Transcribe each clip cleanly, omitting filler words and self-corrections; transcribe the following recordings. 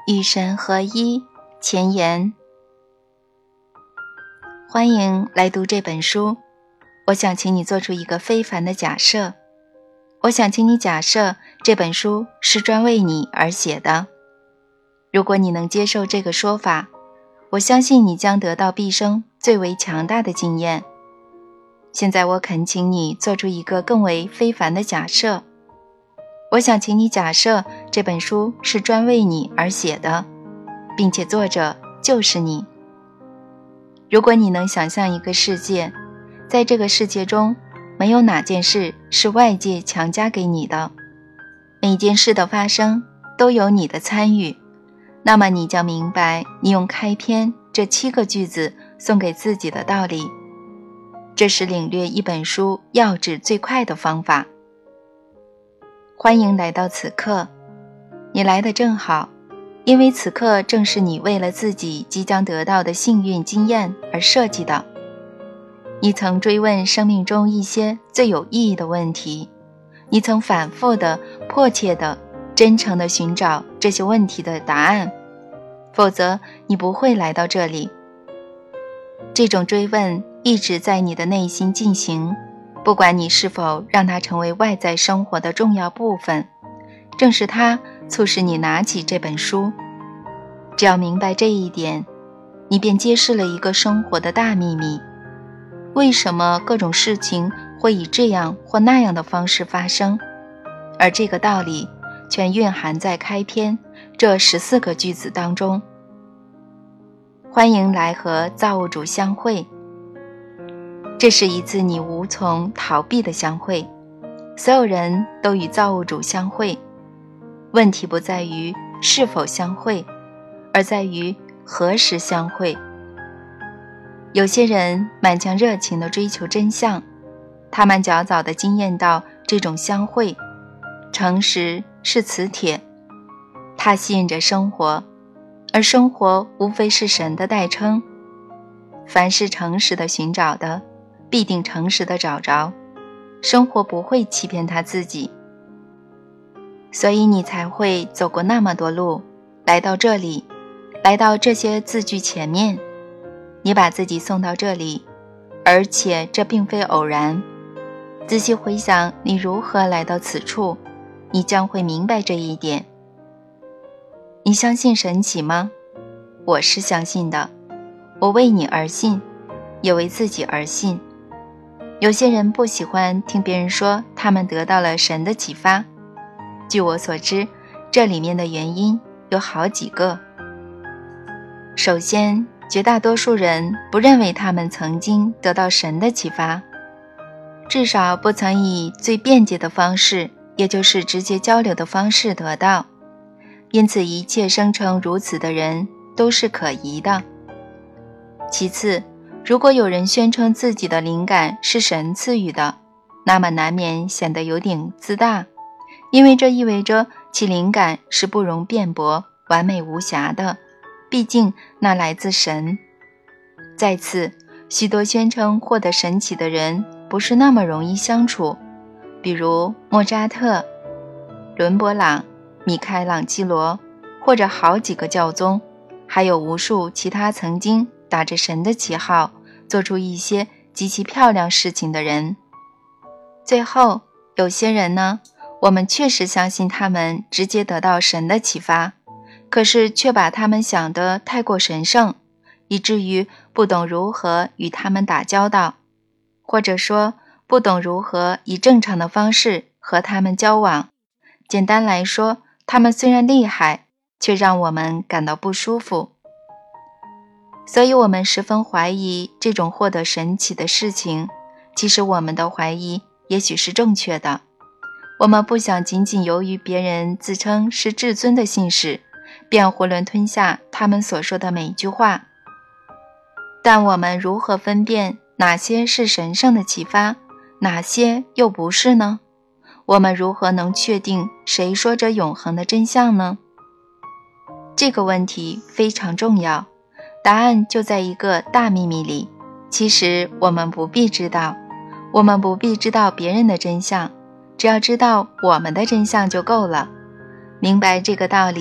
与神合一，前言。欢迎来读这本书。我想请你做出一个非凡的假设。我想请你假设这本书是专为你而写的。如果你能接受这个说法，我相信你将得到毕生最为强大的经验。现在我恳请你做出一个更为非凡的假设。我想请你假设这本书是专为你而写的，并且作者就是你。如果你能想象一个世界，在这个世界中没有哪件事是外界强加给你的，每件事的发生都有你的参与，那么你将明白你用开篇这7个句子送给自己的道理。这是领略一本书要旨最快的方法。欢迎来到此刻，你来得正好，因为此刻正是你为了自己即将得到的幸运经验而设计的。你曾追问生命中一些最有意义的问题，你曾反复的、迫切的、真诚的寻找这些问题的答案，否则你不会来到这里。这种追问一直在你的内心进行，不管你是否让它成为外在生活的重要部分，正是它促使你拿起这本书。只要明白这一点，你便揭示了一个生活的大秘密。为什么各种事情会以这样或那样的方式发生？而这个道理全蕴含在开篇这14个句子当中。欢迎来和造物主相会。这是一次你无从逃避的相会，所有人都与造物主相会。问题不在于是否相会，而在于何时相会。有些人满腔热情地追求真相，他们较早地经验到这种相会。诚实是磁铁，它吸引着生活，而生活无非是神的代称。凡是诚实地寻找的，必定诚实地找着，生活不会欺骗他自己。所以你才会走过那么多路，来到这里，来到这些字句前面。你把自己送到这里，而且这并非偶然。仔细回想你如何来到此处，你将会明白这一点。你相信神奇吗？我是相信的，我为你而信，也为自己而信。有些人不喜欢听别人说他们得到了神的启发。据我所知，这里面的原因有好几个。首先，绝大多数人不认为他们曾经得到神的启发，至少不曾以最便捷的方式，也就是直接交流的方式得到。因此一切声称如此的人都是可疑的。其次，如果有人宣称自己的灵感是神赐予的，那么难免显得有点自大，因为这意味着其灵感是不容辩驳、完美无瑕的，毕竟那来自神。再次，许多宣称获得神启的人不是那么容易相处，比如莫扎特、伦勃朗、米开朗基罗，或者好几个教宗，还有无数其他曾经打着神的旗号做出一些极其漂亮事情的人。最后，有些人呢，我们确实相信他们直接得到神的启发，可是却把他们想得太过神圣，以至于不懂如何与他们打交道，或者说不懂如何以正常的方式和他们交往。简单来说，他们虽然厉害，却让我们感到不舒服。所以我们十分怀疑这种获得神启的事情。其实我们的怀疑也许是正确的。我们不想仅仅由于别人自称是至尊的信使，便囫囵吞下他们所说的每一句话。但我们如何分辨哪些是神圣的启发，哪些又不是呢？我们如何能确定谁说着永恒的真相呢？这个问题非常重要，答案就在一个大秘密里。其实我们不必知道，我们不必知道别人的真相，只要知道我们的真相就够了。明白这个道理，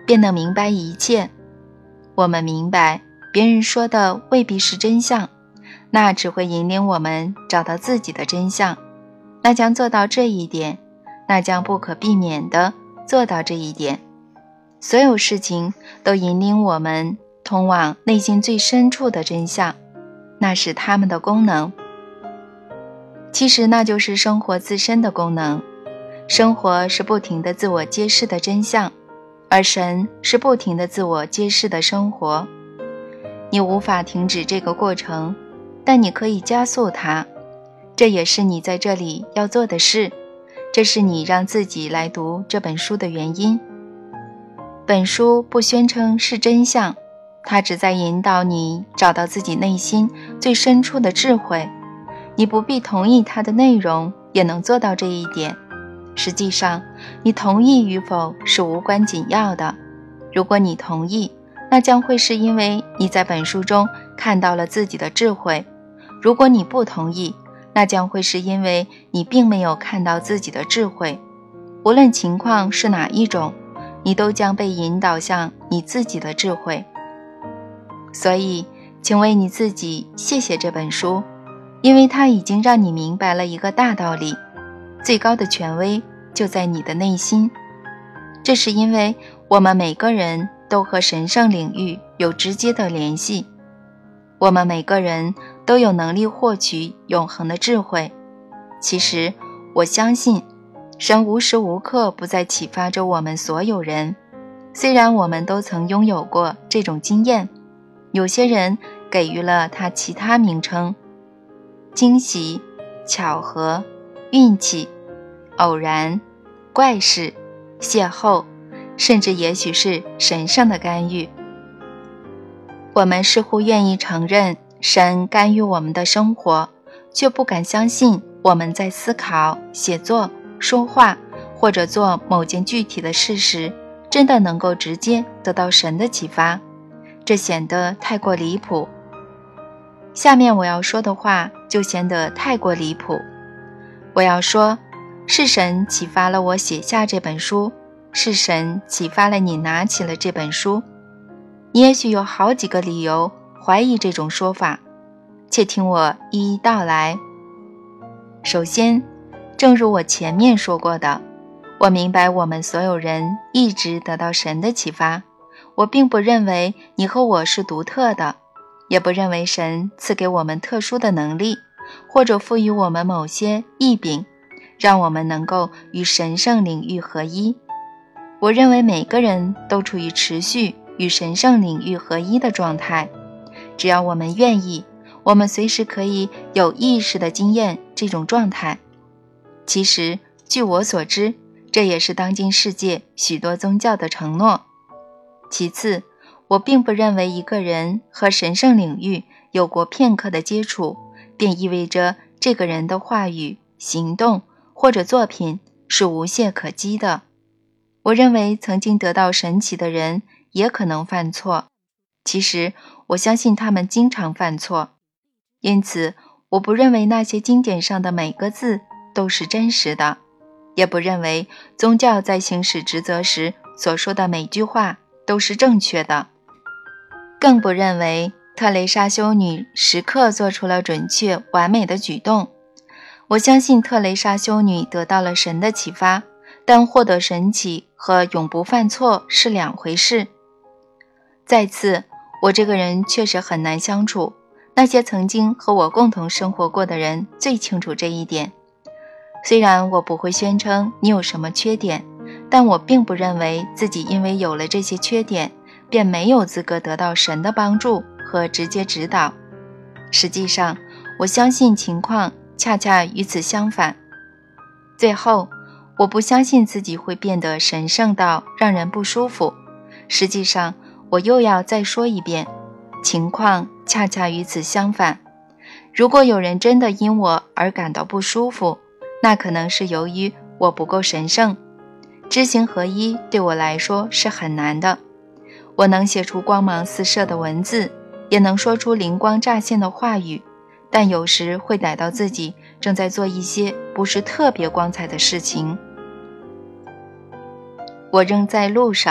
便能明白一切。我们明白别人说的未必是真相，那只会引领我们找到自己的真相。那将做到这一点，那将不可避免地做到这一点。所有事情都引领我们通往内心最深处的真相，那是它们的功能。其实那就是生活自身的功能。生活是不停地自我揭示的真相，而神是不停地自我揭示的生活。你无法停止这个过程，但你可以加速它。这也是你在这里要做的事，这是你让自己来读这本书的原因。本书不宣称是真相，它只在引导你找到自己内心最深处的智慧。你不必同意它的内容，也能做到这一点。实际上，你同意与否是无关紧要的。如果你同意，那将会是因为你在本书中看到了自己的智慧；如果你不同意，那将会是因为你并没有看到自己的智慧。无论情况是哪一种，你都将被引导向你自己的智慧。所以，请为你自己谢谢这本书，因为它已经让你明白了一个大道理：最高的权威就在你的内心。这是因为我们每个人都和神圣领域有直接的联系，我们每个人都有能力获取永恒的智慧。其实，我相信神无时无刻不在启发着我们所有人。虽然我们都曾拥有过这种经验，有些人给予了它其他名称：惊喜、巧合、运气、偶然、怪事、邂逅，甚至也许是神圣的干预。我们似乎愿意承认神干预我们的生活，却不敢相信我们在思考、写作、说话或者做某件具体的事时，真的能够直接得到神的启发。这显得太过离谱。下面我要说的话就显得太过离谱。我要说，是神启发了我写下这本书，是神启发了你拿起了这本书。你也许有好几个理由怀疑这种说法，且听我一一道来。首先，正如我前面说过的，我明白我们所有人一直得到神的启发。我并不认为你和我是独特的，也不认为神赐给我们特殊的能力，或者赋予我们某些异禀，让我们能够与神圣领域合一。我认为每个人都处于持续与神圣领域合一的状态。只要我们愿意，我们随时可以有意识地经验这种状态。其实，据我所知，这也是当今世界许多宗教的承诺。其次，我并不认为一个人和神圣领域有过片刻的接触，便意味着这个人的话语、行动或者作品是无懈可击的。我认为曾经得到神启的人也可能犯错，其实我相信他们经常犯错。因此，我不认为那些经典上的每个字都是真实的，也不认为宗教在行使职责时所说的每句话都是正确的，更不认为特蕾莎修女时刻做出了准确完美的举动。我相信特蕾莎修女得到了神的启发，但获得神启和永不犯错是两回事。再次，我这个人确实很难相处，那些曾经和我共同生活过的人最清楚这一点。虽然我不会宣称你有什么缺点，但我并不认为自己因为有了这些缺点，便没有资格得到神的帮助和直接指导。实际上，我相信情况恰恰与此相反。最后，我不相信自己会变得神圣到让人不舒服。实际上，我又要再说一遍，情况恰恰与此相反。如果有人真的因我而感到不舒服，那可能是由于我不够神圣。知行合一对我来说是很难的。我能写出光芒四射的文字，也能说出灵光乍现的话语，但有时会逮到自己正在做一些不是特别光彩的事情。我仍在路上，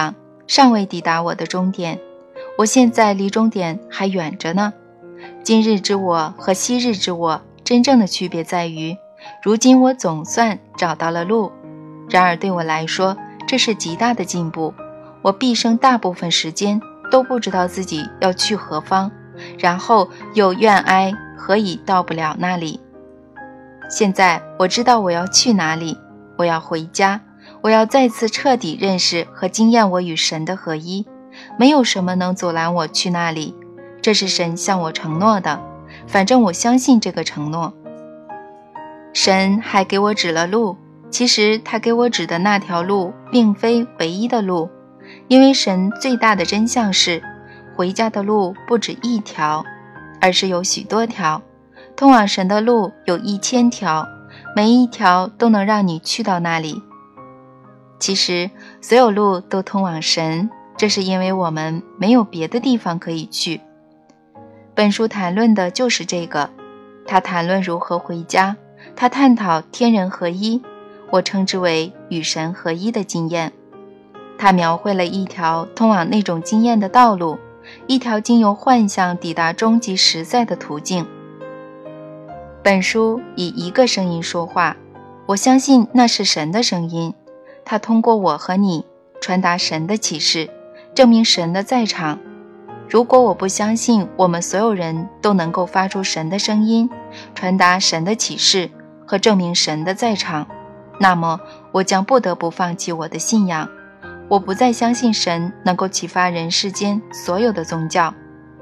尚未抵达我的终点，我现在离终点还远着呢。今日之我和昔日之我真正的区别在于，如今我总算找到了路，然而对我来说，这是极大的进步。我毕生大部分时间都不知道自己要去何方，然后又怨哀何以到不了那里。现在我知道我要去哪里，我要回家，我要再次彻底认识和经验我与神的合一，没有什么能阻拦我去那里，这是神向我承诺的，反正我相信这个承诺。神还给我指了路，其实他给我指的那条路并非唯一的路，因为神最大的真相是，回家的路不止一条，而是有许多条。通往神的路有1000条，每一条都能让你去到那里。其实所有路都通往神，这是因为我们没有别的地方可以去。本书谈论的就是这个，他谈论如何回家，他探讨天人合一，我称之为与神合一的经验。他描绘了一条通往那种经验的道路，一条经由幻象抵达终极实在的途径。本书以一个声音说话，我相信那是神的声音，他通过我和你传达神的启示，证明神的在场。如果我不相信我们所有人都能够发出神的声音，传达神的启示和证明神的在场，那么我将不得不放弃我的信仰。我不再相信神能够启发人世间所有的宗教。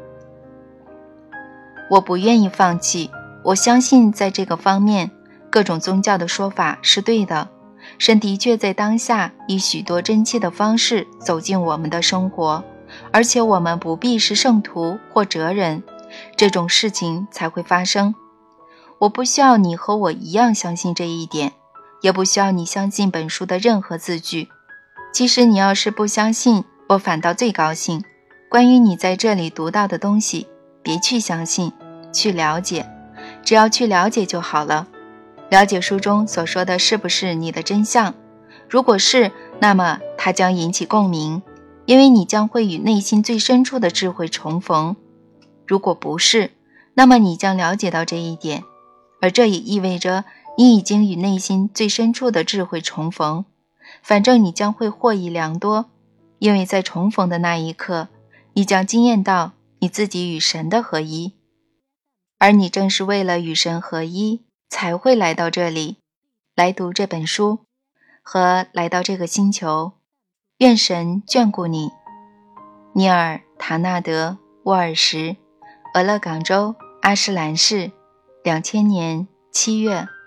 我不愿意放弃，我相信在这个方面，各种宗教的说法是对的。神的确在当下以许多真切的方式走进我们的生活，而且我们不必是圣徒或哲人，这种事情才会发生。我不需要你和我一样相信这一点，也不需要你相信本书的任何字句。其实你要是不相信，我反倒最高兴。关于你在这里读到的东西，别去相信，去了解，只要去了解就好了。了解书中所说的是不是你的真相，如果是，那么它将引起共鸣，因为你将会与内心最深处的智慧重逢。如果不是，那么你将了解到这一点，而这也意味着你已经与内心最深处的智慧重逢。反正你将会获益良多，因为在重逢的那一刻，你将经验到你自己与神的合一，而你正是为了与神合一才会来到这里，来读这本书和来到这个星球。愿神眷顾你。尼尔·唐纳德·沃尔什，俄勒冈州阿什兰市，2000年7月。